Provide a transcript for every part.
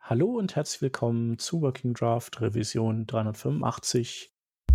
Hallo und herzlich willkommen zu Working Draft Revision 385.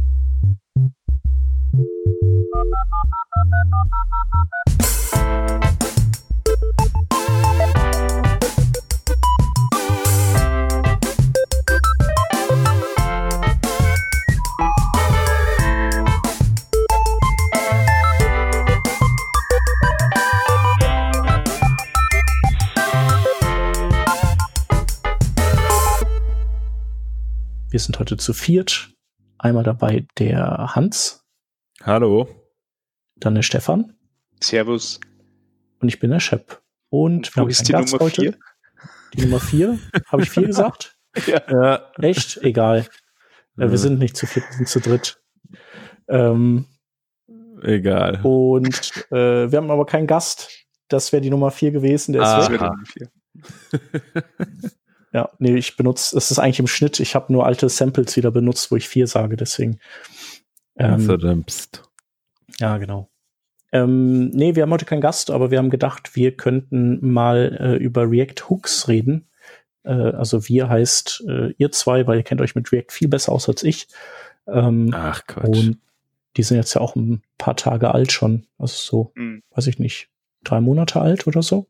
Wir sind heute zu viert. Einmal dabei der Hans. Hallo. Dann der Stefan. Servus. Und ich bin der Shep. Und wo ist die Nummer 4? Die Nummer 4? Habe ich 4 gesagt? Ja. Echt? Egal. Wir sind nicht zu viert, wir sind zu dritt. Egal. Und wir haben aber keinen Gast. Das wäre die Nummer 4 gewesen. Der ist weg. Nummer 4. Ja, nee, es ist eigentlich im Schnitt. Ich habe nur alte Samples wieder benutzt, wo ich 4 sage, deswegen. Ja, genau. Nee, wir haben heute keinen Gast, aber wir haben gedacht, wir könnten mal über React Hooks reden. Also wir heißt ihr zwei, weil ihr kennt euch mit React viel besser aus als ich. Ach Quatsch. Und die sind jetzt ja auch ein paar Tage alt schon. Also so, weiß ich nicht, 3 Monate alt oder so.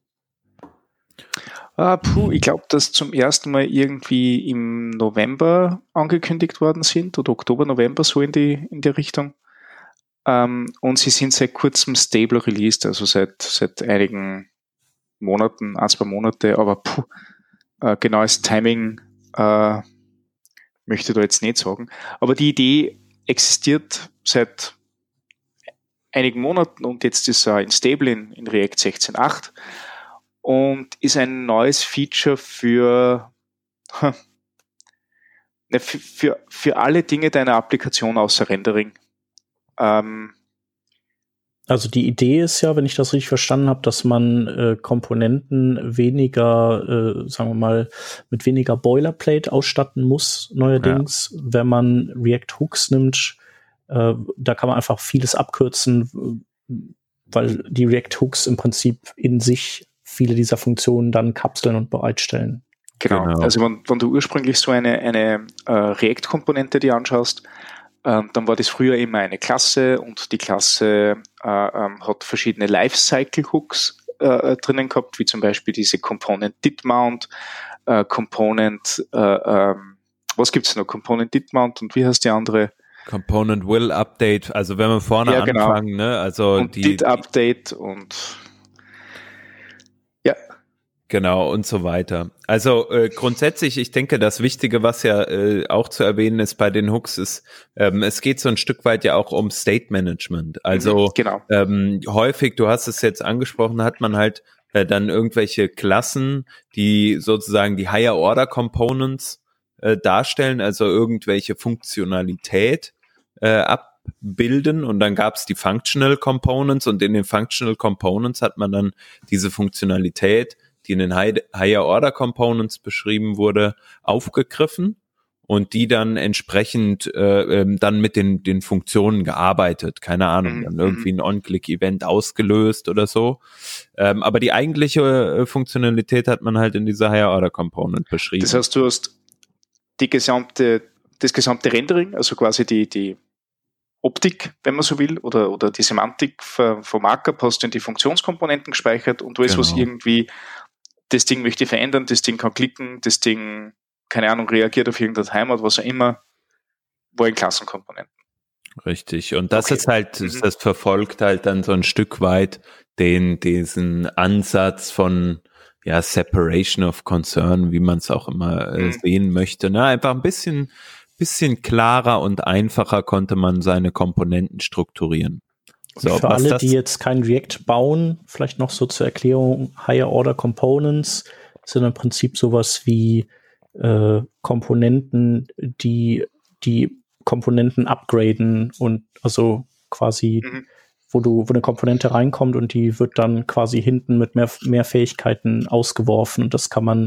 Ich glaube, dass zum ersten Mal irgendwie im November angekündigt worden sind oder Oktober, November, so in die Richtung. Und sie sind seit kurzem stable released, also seit einigen Monaten, 1-2 Monate, aber genaues Timing möchte ich da jetzt nicht sagen. Aber die Idee existiert seit einigen Monaten und jetzt ist er in stable in React 16.8. Und ist ein neues Feature für alle Dinge deiner Applikation außer Rendering. Also die Idee ist ja, wenn ich das richtig verstanden habe, dass man Komponenten weniger, sagen wir mal, mit weniger Boilerplate ausstatten muss, neuerdings, wenn man React Hooks nimmt. Da kann man einfach vieles abkürzen, weil die React Hooks im Prinzip in sich viele dieser Funktionen dann kapseln und bereitstellen. Genau. Also wenn du ursprünglich so eine React-Komponente dir anschaust, dann war das früher immer eine Klasse und die Klasse hat verschiedene Lifecycle-Hooks drinnen gehabt, wie zum Beispiel diese Component Did Mount, Component, was gibt's noch? Component Did Mount und wie heißt die andere? Component Will Update, also wenn wir vorne anfangen, ne? Also und Did Update und ja. Genau, und so weiter. Also grundsätzlich, ich denke, das Wichtige, was ja auch zu erwähnen ist bei den Hooks, ist, es geht so ein Stück weit ja auch um State Management. Also genau. Häufig, du hast es jetzt angesprochen, hat man halt dann irgendwelche Klassen, die sozusagen die Higher Order Components darstellen, also irgendwelche Funktionalität abbilden, und dann gab es die Functional Components, und in den Functional Components hat man dann diese Funktionalität, die in den Higher Order Components beschrieben wurde, aufgegriffen und die dann entsprechend dann mit den Funktionen gearbeitet. Keine Ahnung, dann irgendwie ein On-Click-Event ausgelöst oder so. Aber die eigentliche Funktionalität hat man halt in dieser Higher Order Component beschrieben. Das heißt, du hast das gesamte Rendering, also quasi die Optik, wenn man so will, oder die Semantik vom Markup hast du in die Funktionskomponenten gespeichert, und alles, was irgendwie das Ding möchte verändern, das Ding kann klicken, das Ding, keine Ahnung, reagiert auf irgendeine Heimat, was auch immer, war in Klassenkomponenten. Richtig, und das ist halt, das verfolgt halt dann so ein Stück weit diesen Ansatz von Separation of Concern, wie man es auch immer sehen möchte. Ne? Einfach ein bisschen klarer und einfacher konnte man seine Komponenten strukturieren. So, für alle, die jetzt kein React bauen, vielleicht noch so zur Erklärung, Higher Order Components sind im Prinzip sowas wie Komponenten, die Komponenten upgraden, und also quasi, wo eine Komponente reinkommt und die wird dann quasi hinten mit mehr Fähigkeiten ausgeworfen, und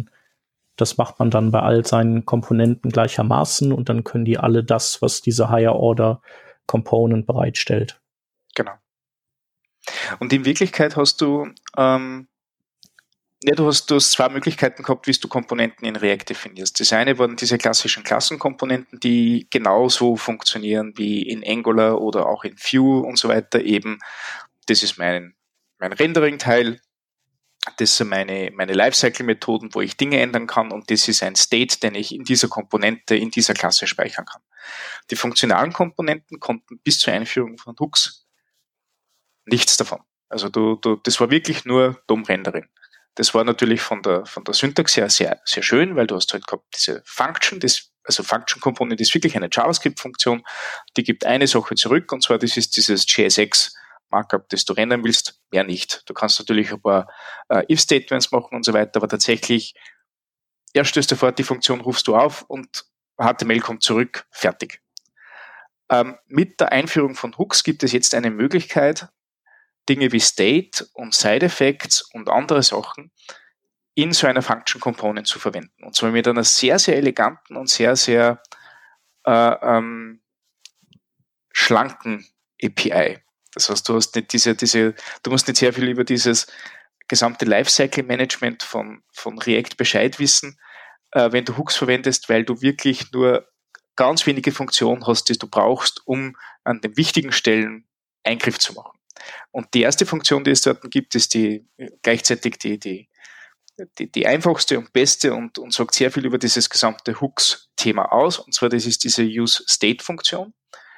das macht man dann bei all seinen Komponenten gleichermaßen, und dann können die alle das, was diese Higher Order Component bereitstellt. Genau. Und in Wirklichkeit hast du Ja, du hast zwei Möglichkeiten gehabt, wie du Komponenten in React definierst. Das eine waren diese klassischen Klassenkomponenten, die genauso funktionieren wie in Angular oder auch in Vue und so weiter. Eben, das ist mein Rendering-Teil, das sind meine Lifecycle-Methoden, wo ich Dinge ändern kann, und das ist ein State, den ich in dieser Komponente, in dieser Klasse speichern kann. Die funktionalen Komponenten konnten bis zur Einführung von Hooks nichts davon. Also das war wirklich nur DOM-Rendering. Das war natürlich von der Syntax her sehr, sehr schön, weil du hast halt gehabt diese Function, also Function Component ist wirklich eine JavaScript-Funktion, die gibt eine Sache zurück, und zwar das ist dieses JSX-Markup, das du rendern willst, mehr nicht. Du kannst natürlich ein paar If-Statements machen und so weiter, aber tatsächlich, erst stößt du fort, die Funktion rufst du auf und HTML kommt zurück, fertig. Mit der Einführung von Hooks gibt es jetzt eine Möglichkeit, Dinge wie State und Side Effects und andere Sachen in so einer Function Component zu verwenden. Und zwar mit einer sehr, sehr eleganten und sehr, sehr schlanken API. Das heißt, du hast nicht du musst nicht sehr viel über dieses gesamte Lifecycle Management von React Bescheid wissen, wenn du Hooks verwendest, weil du wirklich nur ganz wenige Funktionen hast, die du brauchst, um an den wichtigen Stellen Eingriff zu machen. Und die erste Funktion, die es dort gibt, ist gleichzeitig die einfachste und beste und sagt sehr viel über dieses gesamte Hooks-Thema aus. Und zwar, das ist diese Use-State-Funktion.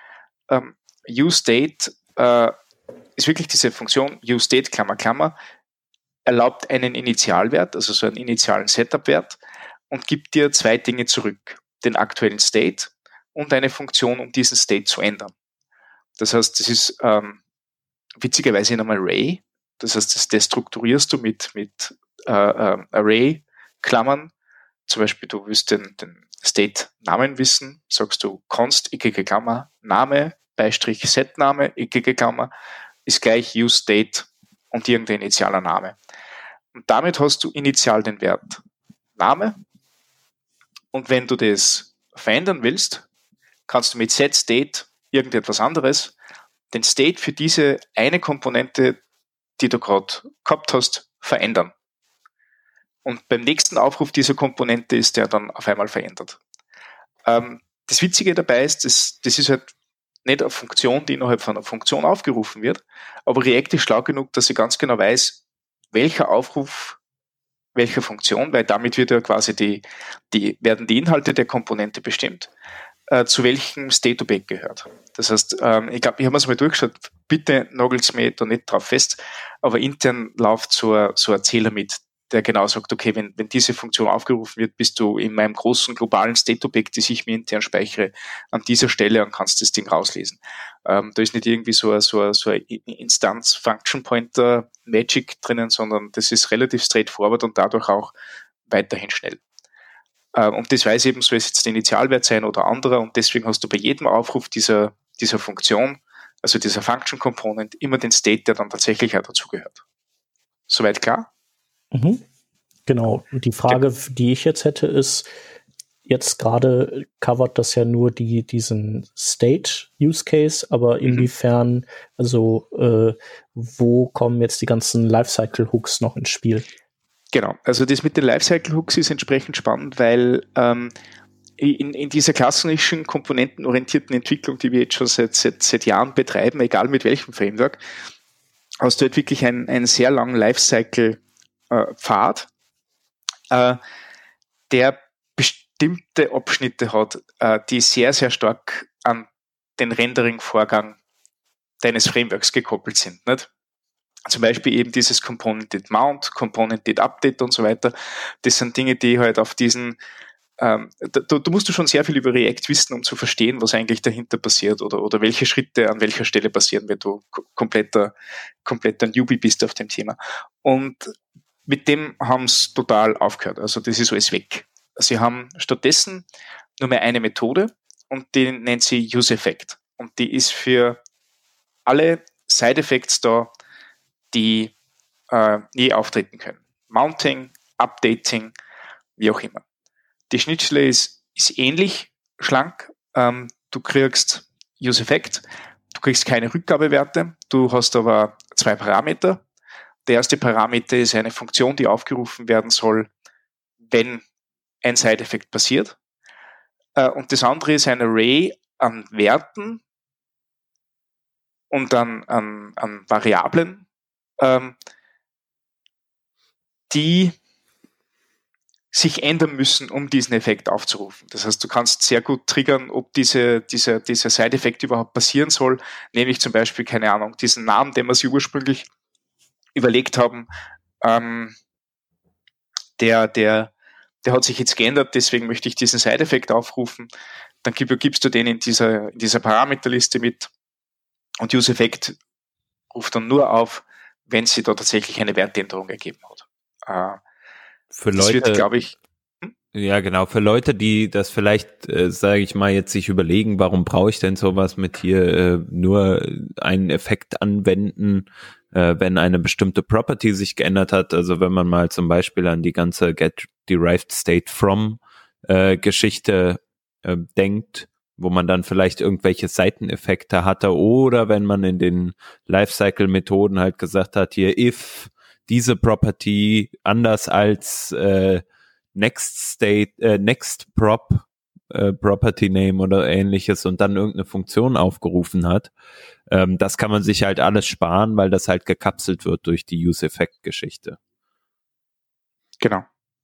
Use-State ist wirklich diese Funktion, Use-State, Klammer, erlaubt einen Initialwert, also so einen initialen Setup-Wert, und gibt dir zwei Dinge zurück. Den aktuellen State und eine Funktion, um diesen State zu ändern. Das heißt, das ist witzigerweise in einem Array. Das heißt, das destrukturierst du mit Array-Klammern. Zum Beispiel, du willst den State-Namen wissen, sagst du const, Klammer, Name, Beistrich, Set-Name, Klammer, ist gleich use-state und irgendein initialer Name. Und damit hast du initial den Wert Name. Und wenn du das verändern willst, kannst du mit set-state irgendetwas anderes den State für diese eine Komponente, die du gerade gehabt hast, verändern. Und beim nächsten Aufruf dieser Komponente ist der dann auf einmal verändert. Das Witzige dabei ist, das ist halt nicht eine Funktion, die innerhalb von einer Funktion aufgerufen wird, aber React ist schlau genug, dass sie ganz genau weiß, welcher Aufruf welcher Funktion, weil damit wird ja quasi werden die Inhalte der Komponente bestimmt, zu welchem State-Objekt gehört. Das heißt, ich glaube, ich habe mir es mal durchgeschaut, bitte nagelt's mir da nicht drauf fest, aber intern läuft so ein Zähler mit, der genau sagt, okay, wenn diese Funktion aufgerufen wird, bist du in meinem großen globalen State-Objekt, das ich mir intern speichere, an dieser Stelle und kannst das Ding rauslesen. Da ist nicht irgendwie so ein Instanz-Function-Pointer-Magic drinnen, sondern das ist relativ straightforward und dadurch auch weiterhin schnell. Und das weiß eben, soll es jetzt der Initialwert sein oder anderer, und deswegen hast du bei jedem Aufruf dieser Funktion, also dieser Function Component, immer den State, der dann tatsächlich auch dazugehört. Soweit klar? Mhm. Genau. Und die Frage, die ich jetzt hätte, ist, jetzt gerade covert das ja nur diesen State-Use-Case, aber inwiefern, also wo kommen jetzt die ganzen Lifecycle-Hooks noch ins Spiel? Genau, also das mit den Lifecycle-Hooks ist entsprechend spannend, weil in dieser klassischen komponentenorientierten Entwicklung, die wir jetzt schon seit Jahren betreiben, egal mit welchem Framework, hast du halt wirklich einen sehr langen Lifecycle-Pfad, der bestimmte Abschnitte hat, die sehr, sehr stark an den Rendering-Vorgang deines Frameworks gekoppelt sind, nicht? Zum Beispiel eben dieses Component Mount, Component Update und so weiter. Das sind Dinge, die halt auf diesen, du musst schon sehr viel über React wissen, um zu verstehen, was eigentlich dahinter passiert oder welche Schritte an welcher Stelle passieren, wenn du kompletter Newbie bist auf dem Thema. Und mit dem haben sie total aufgehört. Also das ist alles weg. Sie haben stattdessen nur mehr eine Methode und die nennt sie UseEffect. Und die ist für alle Side-Effects da, die nie auftreten können. Mounting, Updating, wie auch immer. Die Schnittstelle ist ähnlich schlank. Du kriegst UseEffect, du kriegst keine Rückgabewerte, du hast aber zwei Parameter. der erste Parameter ist eine Funktion, die aufgerufen werden soll, wenn ein Side-Effekt passiert. Und das andere ist ein Array an Werten und an Variablen, die sich ändern müssen, um diesen Effekt aufzurufen. Das heißt, du kannst sehr gut triggern, ob dieser Side-Effekt überhaupt passieren soll, nämlich zum Beispiel, keine Ahnung, diesen Namen, den wir sich ursprünglich überlegt haben, der hat sich jetzt geändert, deswegen möchte ich diesen Side-Effekt aufrufen. Dann gibst du den in dieser Parameterliste mit und UseEffect ruft dann nur auf, wenn sie da tatsächlich eine Wertänderung ergeben hat. Für Leute, wird, glaube ich, ja genau, für Leute, die das vielleicht, sage ich mal, jetzt sich überlegen, warum brauche ich denn sowas mit hier nur einen Effekt anwenden, wenn eine bestimmte Property sich geändert hat. Also wenn man mal zum Beispiel an die ganze Get-Derived-State-From Geschichte denkt, wo man dann vielleicht irgendwelche Seiteneffekte hatte, oder wenn man in den Lifecycle-Methoden halt gesagt hat, hier if diese Property anders als Next Prop Property Name oder ähnliches und dann irgendeine Funktion aufgerufen hat. Das kann man sich halt alles sparen, weil das halt gekapselt wird durch die Use-Effect-Geschichte. Genau.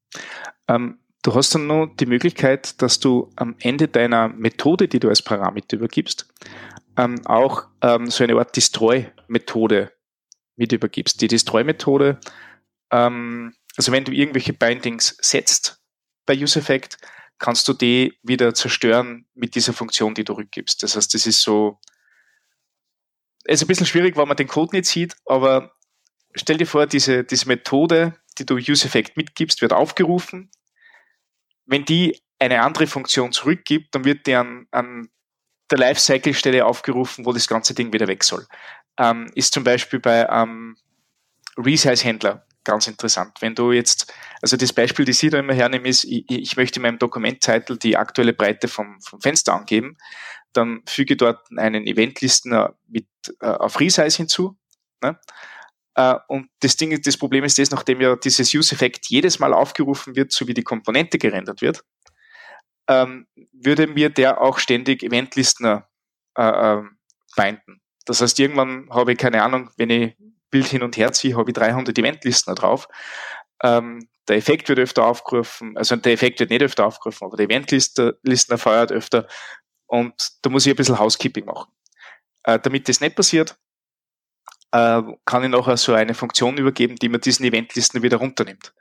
Du hast dann noch die Möglichkeit, dass du am Ende deiner Methode, die du als Parameter übergibst, auch so eine Art Destroy-Methode mit übergibst. Die Destroy-Methode, also wenn du irgendwelche Bindings setzt bei UseEffect, kannst du die wieder zerstören mit dieser Funktion, die du rückgibst. Das heißt, das ist so, ist ein bisschen schwierig, weil man den Code nicht sieht, aber stell dir vor, diese Methode, die du UseEffect mitgibst, wird aufgerufen. Wenn die eine andere Funktion zurückgibt, dann wird die an der Lifecycle-Stelle aufgerufen, wo das ganze Ding wieder weg soll. Ist zum Beispiel bei Resize-Händler ganz interessant. Wenn du jetzt, also das Beispiel, das ich da immer hernehme, ist, ich möchte in meinem Dokument-Title die aktuelle Breite vom Fenster angeben, dann füge dort einen Event-Listener mit auf Resize hinzu. Ne? Und das Problem ist das, nachdem ja dieses Use-Effekt jedes Mal aufgerufen wird, so wie die Komponente gerendert wird, würde mir der auch ständig Event-Listener binden. Das heißt, irgendwann habe ich, keine Ahnung, wenn ich Bild hin und her ziehe, habe ich 300 Event-Listener drauf. Der Effekt wird öfter aufgerufen, also der Effekt wird nicht öfter aufgerufen, aber der Event-Listener feuert öfter und da muss ich ein bisschen Housekeeping machen. Damit das nicht passiert, kann ich nachher so eine Funktion übergeben, die mir diesen Event-Listener wieder runternimmt.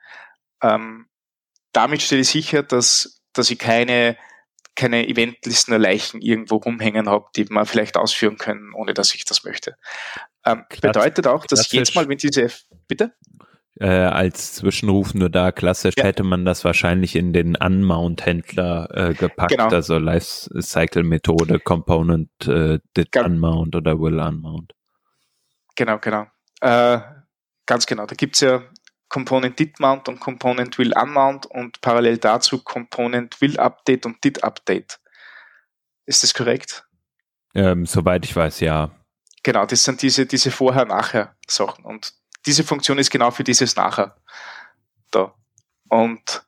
Damit stelle ich sicher, dass ich keine Event-Listener-Leichen irgendwo rumhängen habe, die man vielleicht ausführen können, ohne dass ich das möchte. Bedeutet auch, dass jetzt mal, wenn diese, bitte? Als Zwischenruf nur da, klassisch hätte man das wahrscheinlich in den Unmount-Händler gepackt, genau. Also Lifecycle-Methode, Component did unmount oder will unmount. Genau. Ganz genau. Da gibt's ja Component did mount und Component will unmount und parallel dazu Component will update und did update. Ist das korrekt? Soweit ich weiß, ja. Genau, das sind diese Vorher-Nachher-Sachen und diese Funktion ist genau für dieses Nachher da. Und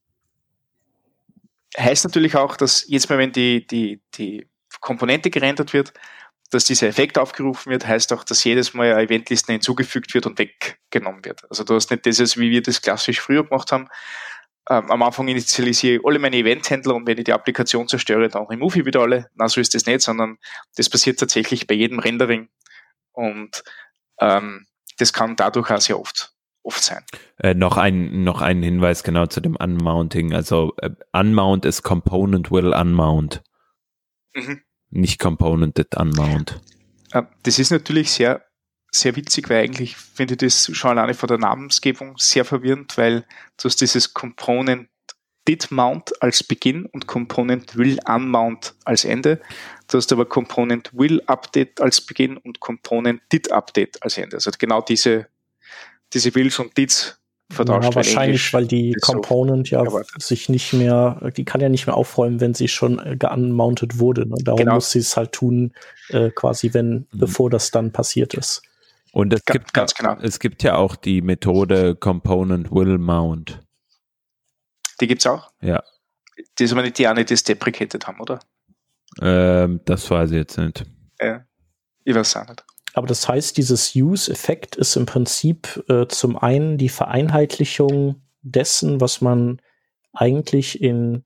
heißt natürlich auch, dass jetzt mal, wenn die Komponente gerendert wird, dass dieser Effekt aufgerufen wird, heißt auch, dass jedes Mal eine Eventliste hinzugefügt wird und weggenommen wird. Also du hast nicht dieses, wie wir das klassisch früher gemacht haben. Am Anfang initialisiere ich alle meine Eventhändler und wenn ich die Applikation zerstöre, dann remove ich wieder alle. Na, so ist das nicht, sondern das passiert tatsächlich bei jedem Rendering und das kann dadurch auch sehr oft sein. Noch ein Hinweis genau zu dem Unmounting. Also Unmount ist Component will unmount. Mhm. Nicht Component did unmount. Das ist natürlich sehr, sehr witzig, weil eigentlich finde ich das schon alleine von der Namensgebung sehr verwirrend, weil du hast dieses Component did mount als Beginn und Component will unmount als Ende. Du hast aber Component will update als Beginn und Component did update als Ende. Also genau diese Wills und Dids vertauscht. Ja, wahrscheinlich, weil die Component so sich nicht mehr, die kann ja nicht mehr aufräumen, wenn sie schon geunmountet wurde. Ne? Darum muss sie es halt tun, quasi bevor das dann passiert ist. Und Ganz genau. Es gibt ja auch die Methode Component Will Mount. Die gibt's auch? Ja. Die ist aber nicht die eine, die es deprecated haben, oder? Das weiß ich jetzt nicht. Ja, ich weiß auch nicht. Aber das heißt, dieses Use-Effekt ist im Prinzip zum einen die Vereinheitlichung dessen, was man eigentlich in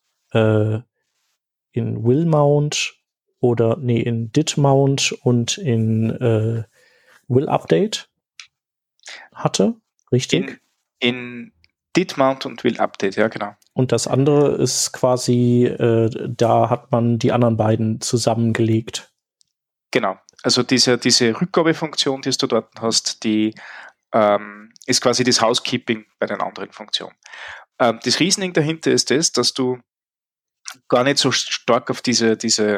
Will-Mount in Did-Mount und in Will-Update hatte, richtig? In Did-Mount und Will-Update, ja, genau. Und das andere ist quasi, da hat man die anderen beiden zusammengelegt. Genau. Also diese Rückgabefunktion, die du dort hast, die ist quasi das Housekeeping bei den anderen Funktionen. Das Reasoning dahinter ist das, dass du gar nicht so stark auf diese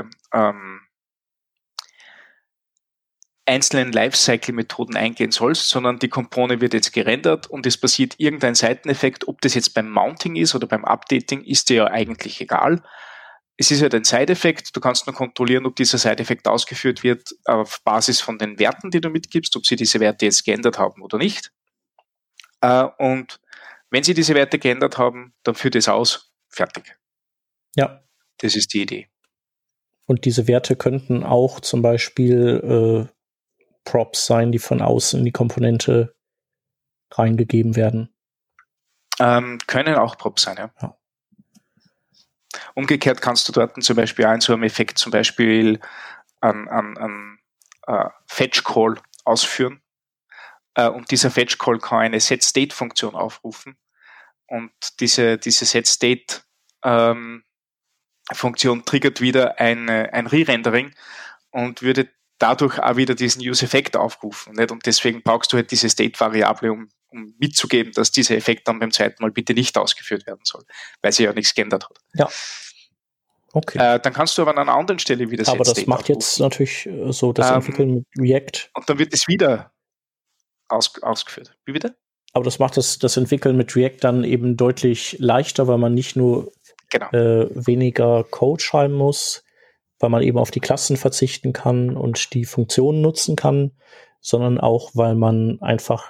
einzelnen Lifecycle-Methoden eingehen sollst, sondern die Kompone wird jetzt gerendert und es passiert irgendein Seiteneffekt. Ob das jetzt beim Mounting ist oder beim Updating, ist dir ja eigentlich egal. Es ist halt ein Side-Effekt. Du kannst nur kontrollieren, ob dieser Side-Effekt ausgeführt wird auf Basis von den Werten, die du mitgibst, ob sie diese Werte jetzt geändert haben oder nicht. Und wenn sie diese Werte geändert haben, dann führt es aus. Fertig. Ja. Das ist die Idee. Und diese Werte könnten auch zum Beispiel Props sein, die von außen in die Komponente reingegeben werden. Können auch Props sein, ja. Umgekehrt kannst du dort zum Beispiel auch in so einem Effekt zum Beispiel einen Fetch-Call ausführen. Und dieser Fetch-Call kann eine Set-State-Funktion aufrufen. Und diese Set-State-Funktion triggert wieder ein Re-Rendering und würde dadurch auch wieder diesen Use-Effekt aufrufen. Nicht? Und deswegen brauchst du halt diese State-Variable, um mitzugeben, dass dieser Effekt dann beim zweiten Mal bitte nicht ausgeführt werden soll, weil sie ja nichts geändert hat. Ja. Okay. Dann kannst du aber an einer anderen Stelle wieder Aber das macht aufrufen. Jetzt natürlich so das Entwickeln mit React. Und dann wird es wieder ausgeführt. Wie bitte? Aber das macht das Entwickeln mit React dann eben deutlich leichter, weil man nicht nur weniger Code schreiben muss, weil man eben auf die Klassen verzichten kann und die Funktionen nutzen kann, sondern auch, weil man einfach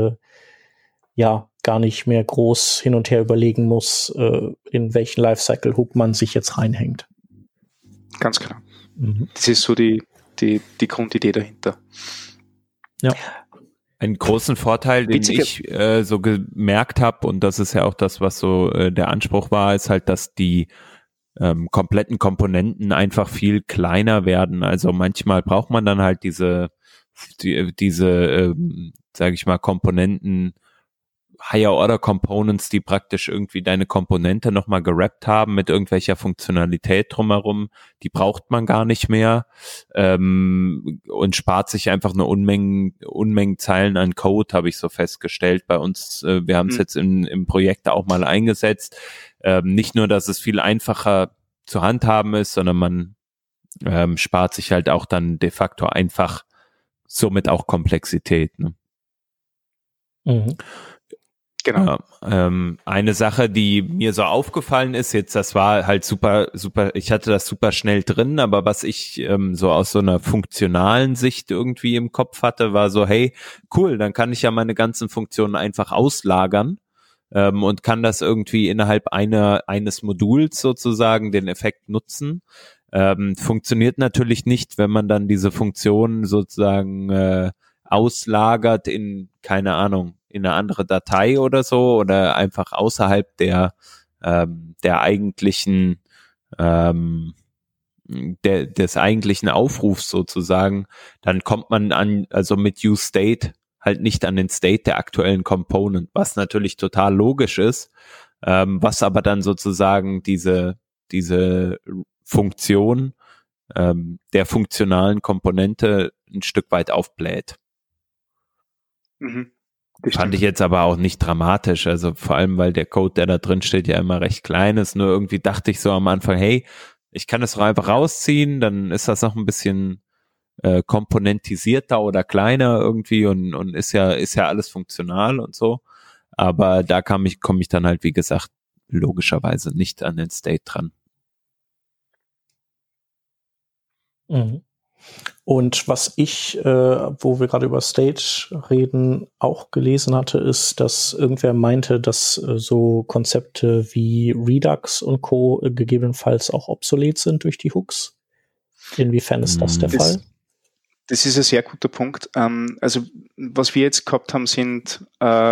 gar nicht mehr groß hin und her überlegen muss, in welchen Lifecycle-Hook man sich jetzt reinhängt. Ganz genau. Mhm. Das ist so die Grundidee dahinter. Ja. Einen großen Vorteil, den ich so gemerkt habe, und das ist ja auch das, was so der Anspruch war, ist halt, dass die kompletten Komponenten einfach viel kleiner werden. Also manchmal braucht man dann halt diese sage ich mal, Komponenten, Higher-Order-Components, die praktisch irgendwie deine Komponente nochmal gerappt haben mit irgendwelcher Funktionalität drumherum, die braucht man gar nicht mehr und spart sich einfach eine Unmengen Zeilen an Code, habe ich so festgestellt bei uns. Wir haben es jetzt im Projekt auch mal eingesetzt. Nicht nur, dass es viel einfacher zu handhaben ist, sondern man spart sich halt auch dann de facto einfach somit auch Komplexität. Ne? Mhm. Genau. Ja, eine Sache, die mir so aufgefallen ist, jetzt, das war halt super, ich hatte das super schnell drin, aber was ich so aus so einer funktionalen Sicht irgendwie im Kopf hatte, war so, hey, cool, dann kann ich ja meine ganzen Funktionen einfach auslagern und kann das irgendwie innerhalb eines Moduls sozusagen den Effekt nutzen. Funktioniert natürlich nicht, wenn man dann diese Funktionen sozusagen auslagert in, keine Ahnung, in eine andere Datei oder so oder einfach außerhalb der eigentlichen des eigentlichen Aufrufs sozusagen, dann kommt man also mit useState halt nicht an den State der aktuellen Component, was natürlich total logisch ist, was aber dann sozusagen diese Funktion der funktionalen Komponente ein Stück weit aufbläht. Mhm. Fand ich jetzt aber auch nicht dramatisch, also vor allem, weil der Code, der da drin steht, ja immer recht klein ist, nur irgendwie dachte ich so am Anfang, hey, ich kann das doch einfach rausziehen, dann ist das noch ein bisschen komponentisierter oder kleiner irgendwie und ist ja alles funktional und so, aber da komme ich dann halt, wie gesagt, logischerweise nicht an den State dran. Mhm. Und was ich, wo wir gerade über State reden, auch gelesen hatte, ist, dass irgendwer meinte, dass so Konzepte wie Redux und Co. Gegebenenfalls auch obsolet sind durch die Hooks. Inwiefern ist das der Fall? Das ist ein sehr guter Punkt. Also was wir jetzt gehabt haben, sind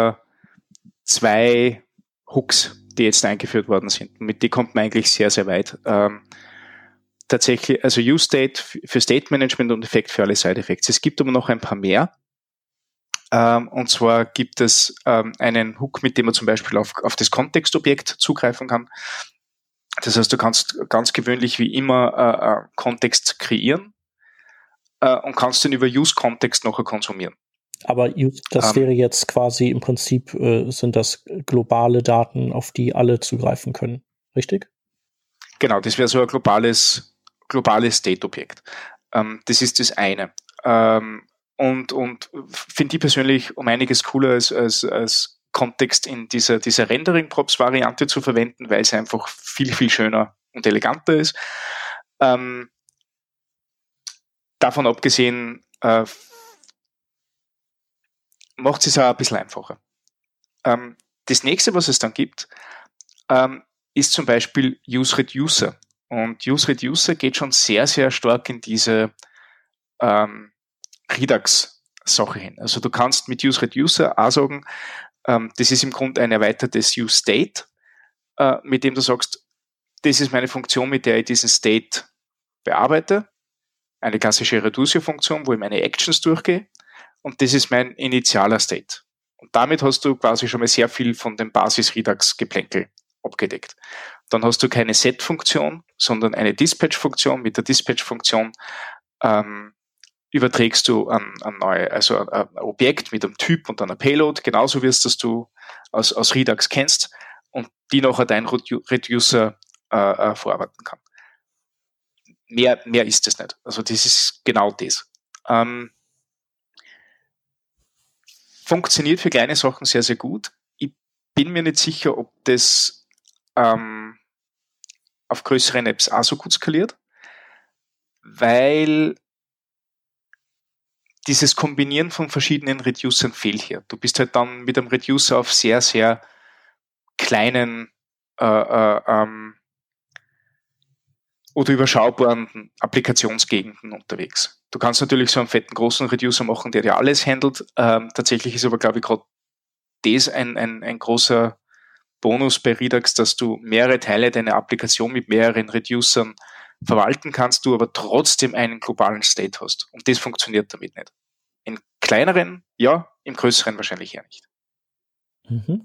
2 Hooks, die jetzt eingeführt worden sind. Mit denen kommt man eigentlich sehr, sehr weit. Tatsächlich, also UseState für State Management und Effekt für alle Side-Effects. Es gibt aber noch ein paar mehr. Und zwar gibt es einen Hook, mit dem man zum Beispiel auf das Kontextobjekt zugreifen kann. Das heißt, du kannst ganz gewöhnlich wie immer Kontext kreieren und kannst den über Use-Kontext nachher konsumieren. Aber das wäre jetzt quasi im Prinzip, sind das globale Daten, auf die alle zugreifen können, richtig? Genau, das wäre so ein globales State-Objekt. Das ist das eine. Und finde ich persönlich um einiges cooler als Kontext in dieser Rendering-Props-Variante zu verwenden, weil es einfach viel, viel schöner und eleganter ist. Davon abgesehen, macht es auch ein bisschen einfacher. Das nächste, was es dann gibt, ist zum Beispiel Use-Reducer. Und Use-Reducer geht schon sehr, sehr stark in diese Redux-Sache hin. Also du kannst mit Use-Reducer auch sagen, das ist im Grunde ein erweitertes Use-State, mit dem du sagst, das ist meine Funktion, mit der ich diesen State bearbeite. Eine klassische Reducer-Funktion, wo ich meine Actions durchgehe. Und das ist mein initialer State. Und damit hast du quasi schon mal sehr viel von dem Basis-Redux-Geplänkel abgedeckt. Dann hast du keine Set-Funktion, sondern eine Dispatch-Funktion. Mit der Dispatch-Funktion überträgst du ein Objekt mit einem Typ und einer Payload, genauso wie es das du aus Redux kennst und die nachher dein Reducer verarbeiten kann. Mehr ist es nicht. Also das ist genau das. Funktioniert für kleine Sachen sehr, sehr gut. Ich bin mir nicht sicher, ob das auf größeren Apps auch so gut skaliert, weil dieses Kombinieren von verschiedenen Reducern fehlt hier. Du bist halt dann mit einem Reducer auf sehr, sehr kleinen oder überschaubaren Applikationsgegenden unterwegs. Du kannst natürlich so einen fetten großen Reducer machen, der dir alles handelt. Tatsächlich ist aber, glaube ich, gerade das ein großer Bonus bei Redux, dass du mehrere Teile deiner Applikation mit mehreren Reducern verwalten kannst, du aber trotzdem einen globalen State hast. Und das funktioniert damit nicht. In kleineren, ja, im größeren wahrscheinlich eher nicht. Mhm.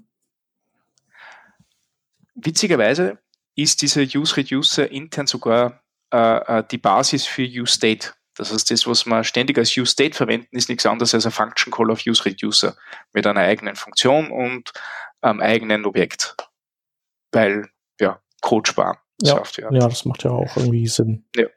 Witzigerweise ist dieser Use-Reducer intern sogar die Basis für Use-State. Das heißt, das, was wir ständig als Use-State verwenden, ist nichts anderes als ein Function Call auf Use-Reducer mit einer eigenen Funktion und einem eigenen Objekt. Weil, ja, Code sparen. Ja, das macht ja auch irgendwie Sinn. Ja.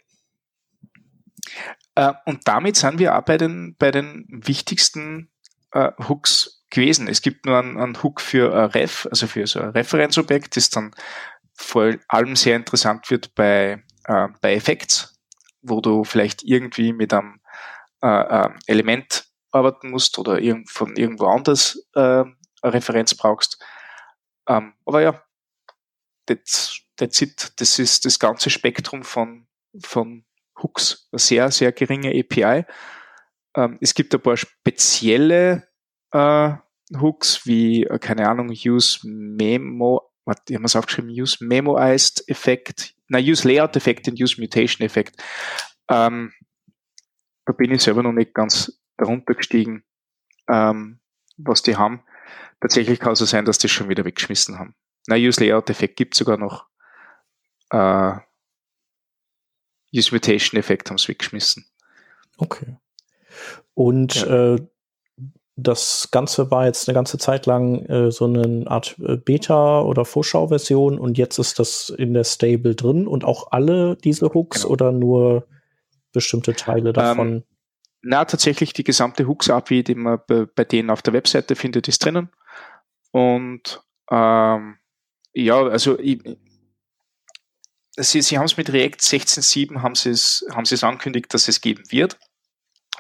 Und damit sind wir auch bei den wichtigsten Hooks gewesen. Es gibt nur einen Hook für Ref, also für so ein Referenzobjekt, das dann vor allem sehr interessant wird bei Effects, wo du vielleicht irgendwie mit einem Element arbeiten musst oder von irgendwo anders eine Referenz brauchst. Aber ja, that's it. Das ist das ganze Spektrum von Hooks, eine sehr, sehr geringe API. Es gibt ein paar spezielle Hooks wie, keine Ahnung, Use Memoized Effekt, Use Layout Effekt und Use Mutation Effekt. Da bin ich selber noch nicht ganz darunter gestiegen, was die haben. Tatsächlich kann es so sein, dass die schon wieder weggeschmissen haben. Use Layout Effekt gibt es sogar noch. Use Mutation Effekt haben sie weggeschmissen. Okay. Und das Ganze war jetzt eine ganze Zeit lang so eine Art Beta- oder Vorschauversion und jetzt ist das in der Stable drin und auch alle diese Hooks oder nur bestimmte Teile davon? Tatsächlich die gesamte Hooks-API, die man bei denen auf der Webseite findet, ist drinnen. Und also Sie haben es mit React 16.7 haben sie es angekündigt, dass es geben wird.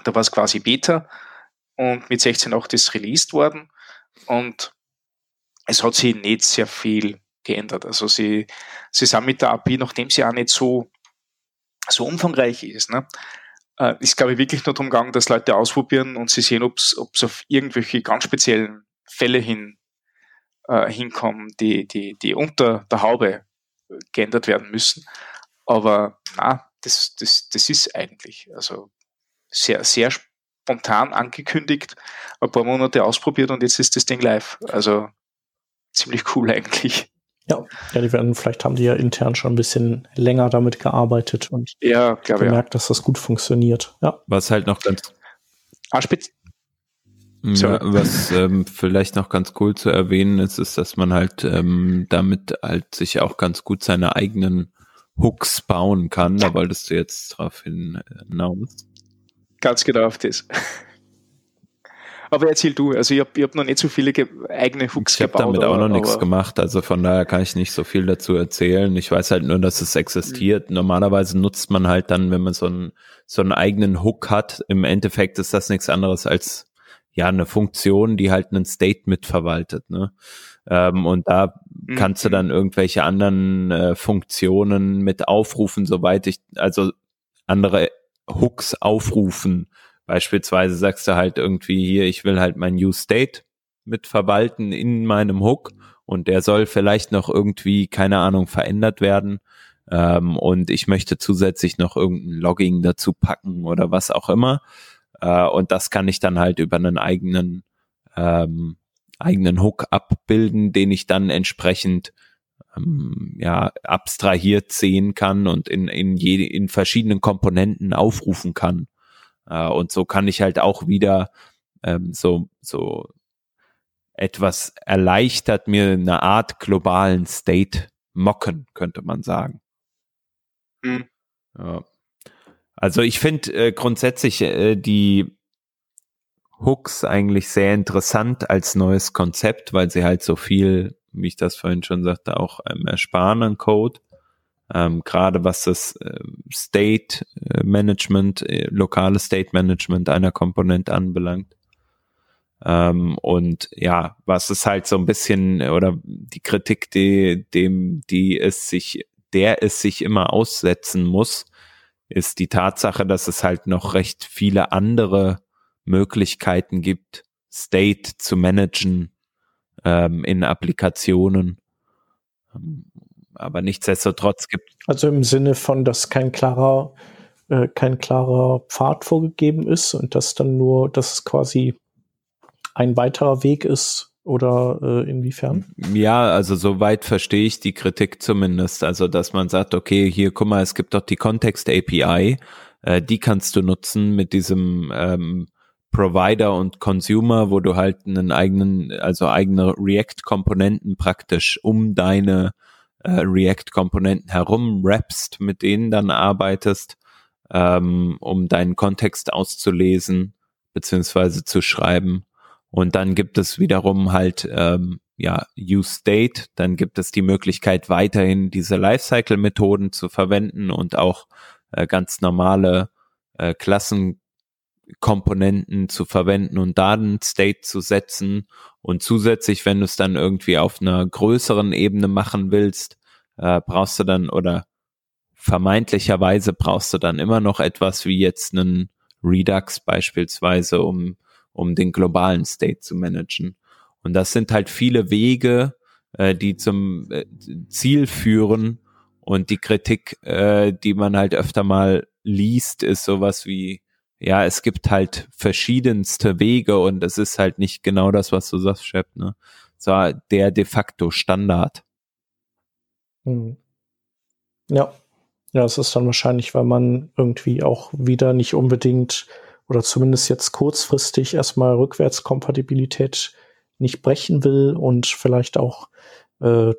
Da war es quasi Beta und mit 16.8 ist released worden und es hat sich nicht sehr viel geändert. Also sie sind mit der API, nachdem sie auch nicht so umfangreich ist, ne, ist, glaube ich, wirklich nur darum gegangen, dass Leute ausprobieren und sie sehen, ob es auf irgendwelche ganz speziellen Fälle hinkommen, die unter der Haube geändert werden müssen. Aber na, das ist eigentlich also sehr, sehr spontan angekündigt, ein paar Monate ausprobiert und jetzt ist das Ding live. Also ziemlich cool eigentlich. Ja, vielleicht haben die ja intern schon ein bisschen länger damit gearbeitet und gemerkt, dass das gut funktioniert. Ja. Was halt noch ganz was vielleicht noch ganz cool zu erwähnen ist, dass man halt damit halt sich auch ganz gut seine eigenen Hooks bauen kann. Da wolltest du jetzt drauf hinaus. Ganz genau auf das. Aber erzähl du, also ich hab noch nicht so viele eigene Hooks gebaut. Ich habe damit auch noch nichts gemacht, also von daher kann ich nicht so viel dazu erzählen. Ich weiß halt nur, dass es existiert. Normalerweise nutzt man halt dann, wenn man so einen eigenen Hook hat, im Endeffekt ist das nichts anderes als ja eine Funktion, die halt einen State mitverwaltet, ne? Und da kannst du dann irgendwelche anderen Funktionen mit aufrufen, also andere Hooks aufrufen. Beispielsweise sagst du halt irgendwie hier, ich will halt mein UseState mit verwalten in meinem Hook und der soll vielleicht noch irgendwie, keine Ahnung, verändert werden und ich möchte zusätzlich noch irgendein Logging dazu packen oder was auch immer und das kann ich dann halt über einen eigenen Hook abbilden, den ich dann entsprechend abstrahiert sehen kann und in verschiedenen Komponenten aufrufen kann. Und so kann ich halt auch wieder so etwas erleichtert mir eine Art globalen State mocken, könnte man sagen. Ja. Also ich finde grundsätzlich die Hooks eigentlich sehr interessant als neues Konzept, weil sie halt so viel, wie ich das vorhin schon sagte, auch ersparen an Code. Gerade was das State Management, lokale State Management einer Komponente anbelangt. Und ja, was es halt so ein bisschen, oder die Kritik, der es sich immer aussetzen muss, ist die Tatsache, dass es halt noch recht viele andere Möglichkeiten gibt, State zu managen in Applikationen. Aber nichtsdestotrotz also im Sinne von, dass kein klarer Pfad vorgegeben ist und dass es quasi ein weiterer Weg ist oder inwiefern? Ja, also soweit verstehe ich die Kritik zumindest. Also dass man sagt, okay, hier guck mal, es gibt doch die Context API, die kannst du nutzen mit diesem Provider und Consumer, wo du halt eigene React-Komponenten praktisch um deine React-Komponenten herum wrappst, mit denen dann arbeitest, um deinen Kontext auszulesen beziehungsweise zu schreiben. Und dann gibt es wiederum halt UseState, dann gibt es die Möglichkeit weiterhin diese Lifecycle-Methoden zu verwenden und auch ganz normale Klassenkomponenten zu verwenden und Datenstate zu setzen. Und zusätzlich, wenn du es dann irgendwie auf einer größeren Ebene machen willst, brauchst du dann oder vermeintlicherweise brauchst du dann immer noch etwas wie jetzt einen Redux beispielsweise, um den globalen State zu managen. Und das sind halt viele Wege, die zum Ziel führen. Und die Kritik, die man halt öfter mal liest, ist sowas wie, ja, es gibt halt verschiedenste Wege und es ist halt nicht genau das, was du sagst, Shep, ne? So der de facto Standard. Ja. Ja, es ist dann wahrscheinlich, weil man irgendwie auch wieder nicht unbedingt oder zumindest jetzt kurzfristig erstmal Rückwärtskompatibilität nicht brechen will und vielleicht auch den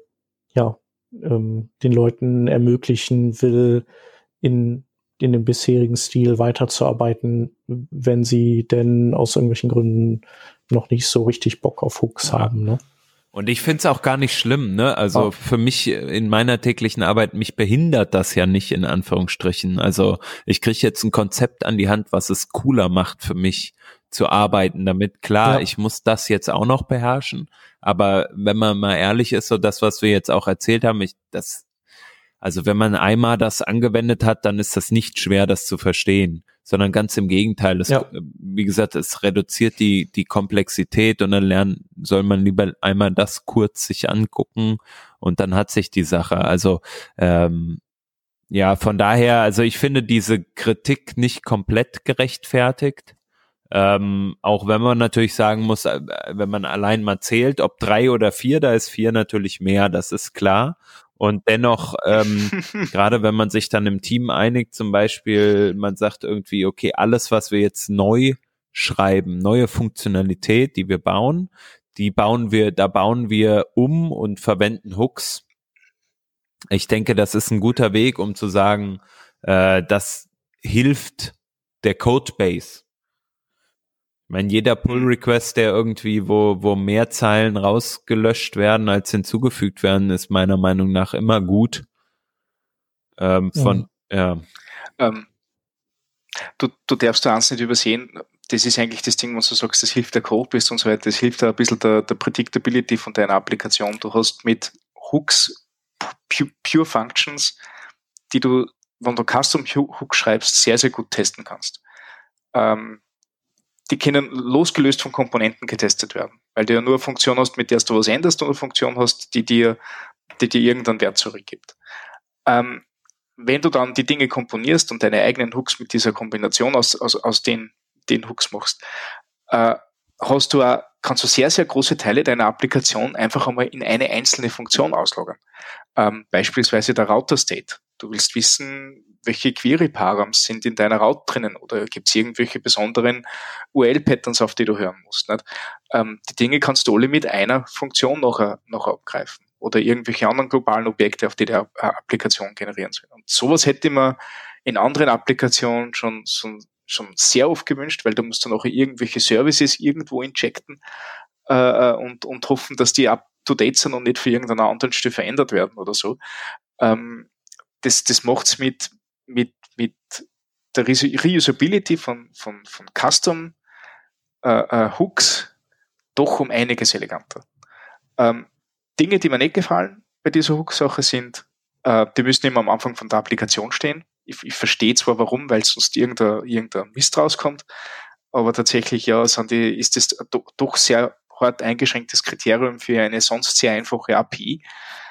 Leuten ermöglichen will, in dem bisherigen Stil weiterzuarbeiten, wenn sie denn aus irgendwelchen Gründen noch nicht so richtig Bock auf Hooks haben, ne? Und ich finde es auch gar nicht schlimm, ne? Also für mich in meiner täglichen Arbeit, mich behindert das ja nicht in Anführungsstrichen. Also ich kriege jetzt ein Konzept an die Hand, was es cooler macht für mich zu arbeiten damit. Klar, ich muss das jetzt auch noch beherrschen, aber wenn man mal ehrlich ist, so das, was wir jetzt auch erzählt haben, also wenn man einmal das angewendet hat, dann ist das nicht schwer, das zu verstehen, sondern ganz im Gegenteil. Wie gesagt, es reduziert die Komplexität und dann soll man lieber einmal das kurz sich angucken und dann hat sich die Sache. Also von daher, also ich finde diese Kritik nicht komplett gerechtfertigt. Auch wenn man natürlich sagen muss, wenn man allein mal zählt, ob 3 oder 4, da ist 4 natürlich mehr, das ist klar. Und dennoch, gerade wenn man sich dann im Team einigt, zum Beispiel, man sagt irgendwie, okay, alles, was wir jetzt neu schreiben, neue Funktionalität, die wir bauen, da bauen wir um und verwenden Hooks. Ich denke, das ist ein guter Weg, um zu sagen, das hilft der Codebase. Ich meine, jeder Pull-Request, der irgendwie, wo mehr Zeilen rausgelöscht werden, als hinzugefügt werden, ist meiner Meinung nach immer gut. Du darfst da eins nicht übersehen, das ist eigentlich das Ding, was du sagst, das hilft der Codebase und so weiter, das hilft da ein bisschen der Predictability von deiner Applikation. Du hast mit Hooks, Pure Functions, die du, wenn du Custom Hook schreibst, sehr, sehr gut testen kannst. Die können losgelöst von Komponenten getestet werden, weil du ja nur eine Funktion hast, mit der du was änderst und eine Funktion hast, die dir irgendeinen Wert zurückgibt. Wenn du dann die Dinge komponierst und deine eigenen Hooks mit dieser Kombination aus den Hooks machst, kannst du sehr, sehr große Teile deiner Applikation einfach einmal in eine einzelne Funktion auslagern. Beispielsweise der Router-State. Du willst wissen, welche Query-Params sind in deiner Route drinnen oder gibt es irgendwelche besonderen URL-Patterns, auf die du hören musst. Nicht? Die Dinge kannst du alle mit einer Funktion noch abgreifen oder irgendwelche anderen globalen Objekte, auf die die Applikation generieren soll. Und sowas hätte man in anderen Applikationen schon sehr oft gewünscht, weil da musst du noch irgendwelche Services irgendwo injecten und hoffen, dass die up-to-date sind und nicht für irgendeinen anderen Stelle verändert werden oder so. Das macht's mit der Reusability von Custom Hooks doch um einiges eleganter. Dinge, die mir nicht gefallen bei dieser Hook-Sache sind, die müssen immer am Anfang von der Applikation stehen. Ich verstehe zwar warum, weil sonst irgendein Mist rauskommt, aber tatsächlich ist das doch sehr hart eingeschränktes Kriterium für eine sonst sehr einfache API.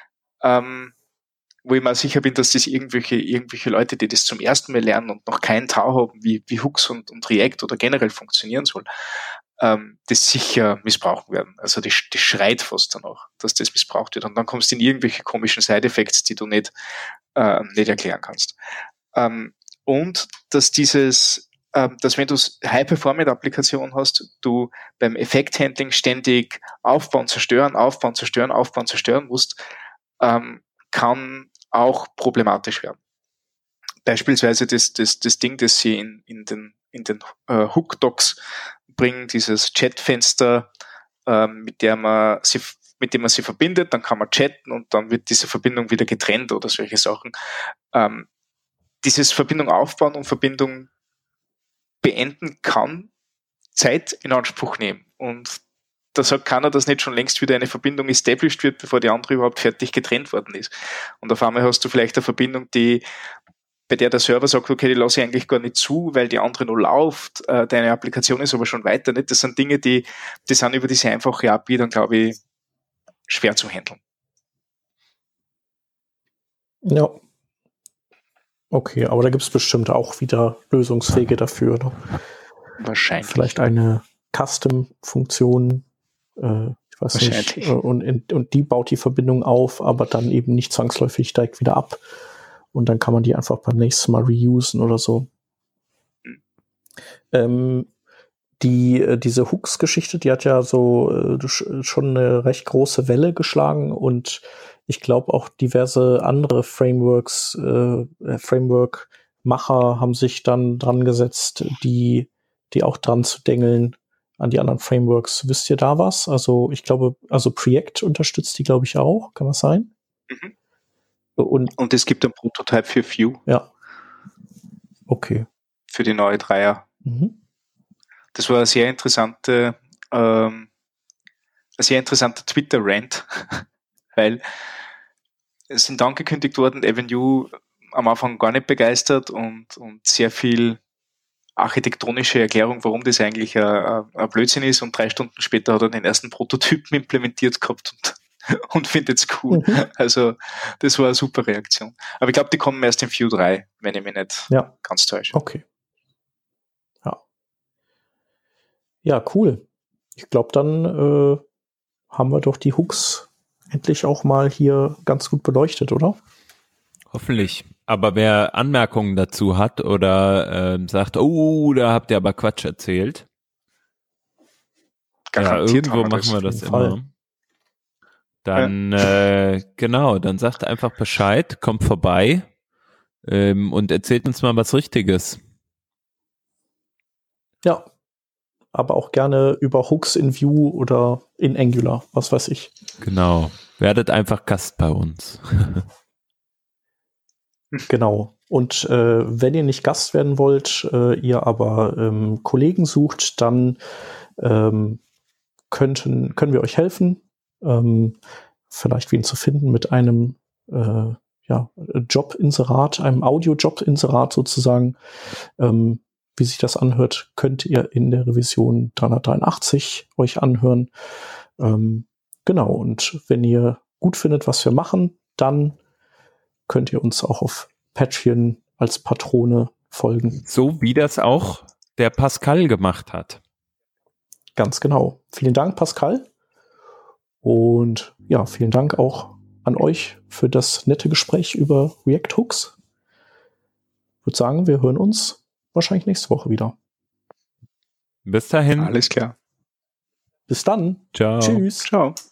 Wo ich mir sicher bin, dass das irgendwelche Leute, die das zum ersten Mal lernen und noch keinen Tau haben, wie Hooks und React oder generell funktionieren soll, das sicher missbrauchen werden. Also das schreit fast danach, dass das missbraucht wird. Und dann kommst du in irgendwelche komischen Side-Effects, die du nicht erklären kannst. Und dass dass wenn du High-Performance-Applikation hast, du beim Effekt-Handling ständig aufbauen, zerstören musst, kann auch problematisch werden. Beispielsweise das Ding, das sie in den Hook-Docs bringen, dieses Chatfenster, mit dem man sie verbindet, dann kann man chatten und dann wird diese Verbindung wieder getrennt oder solche Sachen. Dieses Verbindung aufbauen und Verbindung beenden kann Zeit in Anspruch nehmen. Und da sagt keiner, dass nicht schon längst wieder eine Verbindung established wird, bevor die andere überhaupt fertig getrennt worden ist. Und auf einmal hast du vielleicht eine Verbindung, bei der Server sagt, okay, die lasse ich eigentlich gar nicht zu, weil die andere noch läuft, deine Applikation ist aber schon weiter. Nicht? Das sind Dinge, die sind über diese einfache API dann, glaube ich, schwer zu handeln. Ja. Okay, aber da gibt es bestimmt auch wieder Lösungswege dafür. Ne? Wahrscheinlich. Vielleicht eine Custom-Funktion, ich weiß nicht, und die baut die Verbindung auf, aber dann eben nicht zwangsläufig direkt wieder ab. Und dann kann man die einfach beim nächsten Mal reusen oder so. Diese Hooks-Geschichte, die hat ja so schon eine recht große Welle geschlagen und ich glaube auch diverse andere Framework-Macher haben sich dann dran gesetzt, die auch dran zu dengeln. an die anderen Frameworks. Wisst ihr da was? Also ich glaube, Preact unterstützt die, glaube ich, auch. Kann das sein? Mhm. Und es gibt einen Prototype für Vue. Ja. Okay. Für die neue Dreier. Mhm. Das war ein sehr interessanter Twitter-Rant, weil es sind angekündigt worden, Avenue am Anfang gar nicht begeistert und sehr viel architektonische Erklärung, warum das eigentlich ein Blödsinn ist, und 3 Stunden später hat er den ersten Prototypen implementiert gehabt und findet es cool. Mhm. Also das war eine super Reaktion. Aber ich glaube, die kommen erst in Vue 3, wenn ich mich nicht ganz täusche. Okay. Ja, cool. Ich glaube, dann haben wir doch die Hooks endlich auch mal hier ganz gut beleuchtet, oder? Hoffentlich. Aber wer Anmerkungen dazu hat oder sagt, oh, da habt ihr aber Quatsch erzählt. Garantiert irgendwo machen wir das immer. Fall. Dann, genau, dann sagt einfach Bescheid, kommt vorbei und erzählt uns mal was Richtiges. Ja. Aber auch gerne über Hooks in Vue oder in Angular, was weiß ich. Genau. Werdet einfach Gast bei uns. Genau. Und wenn ihr nicht Gast werden wollt, ihr aber Kollegen sucht, dann können wir euch helfen, vielleicht wen zu finden mit einem Jobinserat, einem Audio-Job-Inserat sozusagen. Wie sich das anhört, könnt ihr in der Revision 383 euch anhören. Genau, und wenn ihr gut findet, was wir machen, dann könnt ihr uns auch auf Patreon als Patrone folgen. So wie das auch der Pascal gemacht hat. Ganz genau. Vielen Dank, Pascal. Und ja, vielen Dank auch an euch für das nette Gespräch über React Hooks. Ich würde sagen, wir hören uns wahrscheinlich nächste Woche wieder. Bis dahin. Alles klar. Bis dann. Ciao. Tschüss. Ciao.